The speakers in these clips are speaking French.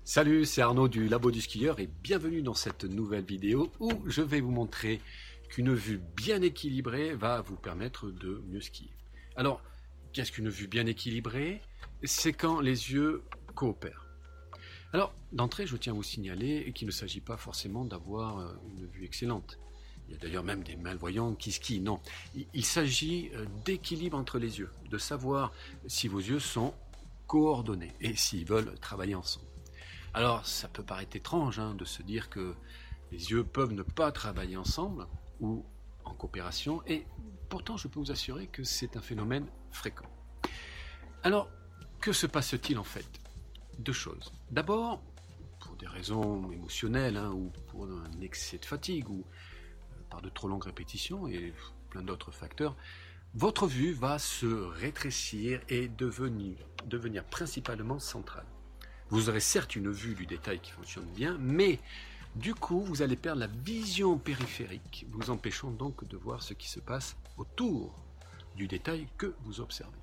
Salut, c'est Arnaud du Labo du Skieur et bienvenue dans cette nouvelle vidéo où je vais vous montrer qu'une vue bien équilibrée va vous permettre de mieux skier. Alors, qu'est-ce qu'une vue bien équilibrée? C'est quand les yeux coopèrent. Alors, d'entrée, je tiens à vous signaler qu'il ne s'agit pas forcément d'avoir une vue excellente. Il y a d'ailleurs même des malvoyants qui skient. Non, il s'agit d'équilibre entre les yeux, de savoir si vos yeux sont coordonnés et s'ils veulent travailler ensemble. Alors, ça peut paraître étrange de se dire que les yeux peuvent ne pas travailler ensemble ou en coopération, et pourtant je peux vous assurer que c'est un phénomène fréquent. Alors, que se passe-t-il en fait? Deux choses. D'abord, pour des raisons émotionnelles ou pour un excès de fatigue ou par de trop longues répétitions et plein d'autres facteurs, votre vue va se rétrécir et devenir principalement centrale. Vous aurez certes une vue du détail qui fonctionne bien, mais du coup, vous allez perdre la vision périphérique, vous empêchant donc de voir ce qui se passe autour du détail que vous observez.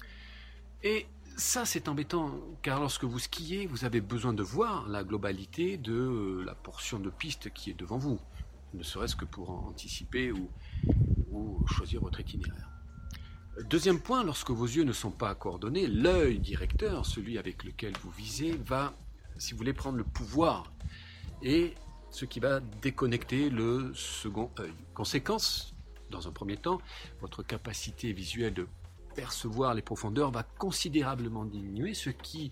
Et ça, c'est embêtant, car lorsque vous skiez, vous avez besoin de voir la globalité de la portion de piste qui est devant vous, ne serait-ce que pour anticiper ou choisir votre itinéraire. Deuxième point, lorsque vos yeux ne sont pas coordonnés, l'œil directeur, celui avec lequel vous visez, va, si vous voulez, prendre le pouvoir, et ce qui va déconnecter le second œil. Conséquence, dans un premier temps, votre capacité visuelle de percevoir les profondeurs va considérablement diminuer, ce qui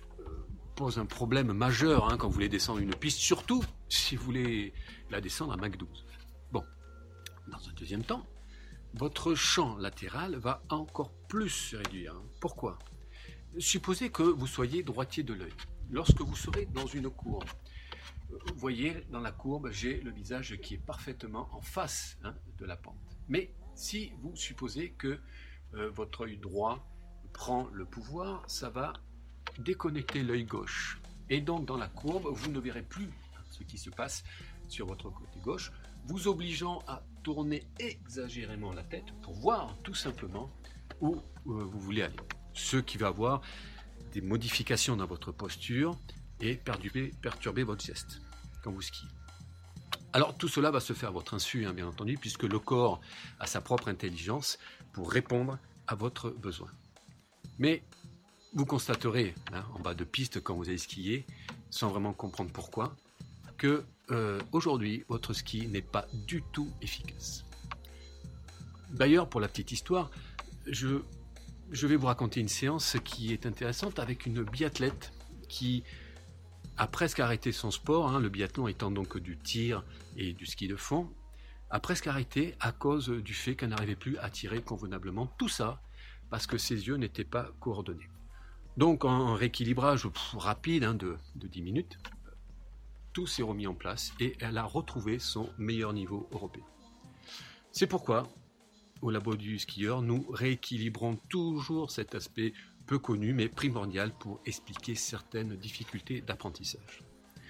pose un problème majeur quand vous voulez descendre une piste, surtout si vous voulez la descendre à Mach 12. Bon, dans un deuxième temps, votre champ latéral va encore plus se réduire. Pourquoi? Supposez que vous soyez droitier de l'œil. Lorsque vous serez dans une courbe, vous voyez dans la courbe, j'ai le visage qui est parfaitement en face de la pente. Mais si vous supposez que votre œil droit prend le pouvoir, ça va déconnecter l'œil gauche. Et donc dans la courbe, vous ne verrez plus ce qui se passe sur votre côté gauche, vous obligeant à tourner exagérément la tête pour voir tout simplement où vous voulez aller. Ce qui va avoir des modifications dans votre posture et perturber votre geste quand vous skiez. Alors tout cela va se faire à votre insu, bien entendu, puisque le corps a sa propre intelligence pour répondre à votre besoin. Mais vous constaterez, en bas de piste, quand vous allez skier, sans vraiment comprendre pourquoi, que aujourd'hui, votre ski n'est pas du tout efficace. D'ailleurs, pour la petite histoire, je vais vous raconter une séance qui est intéressante avec une biathlète qui a presque arrêté son sport, le biathlon étant donc du tir et du ski de fond, a presque arrêté à cause du fait qu'elle n'arrivait plus à tirer convenablement. Tout ça parce que ses yeux n'étaient pas coordonnés. Donc en rééquilibrage rapide de 10 minutes, tout s'est remis en place et elle a retrouvé son meilleur niveau européen. C'est pourquoi, au Labo du Skieur, nous rééquilibrons toujours cet aspect peu connu mais primordial pour expliquer certaines difficultés d'apprentissage.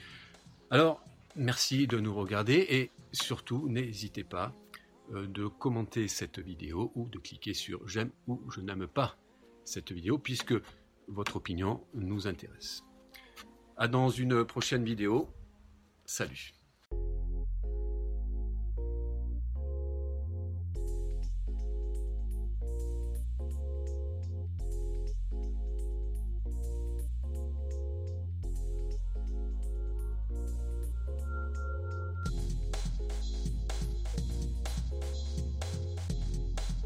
Alors, merci de nous regarder et surtout n'hésitez pas de commenter cette vidéo ou de cliquer sur j'aime ou je n'aime pas cette vidéo puisque votre opinion nous intéresse. À dans une prochaine vidéo. Salut.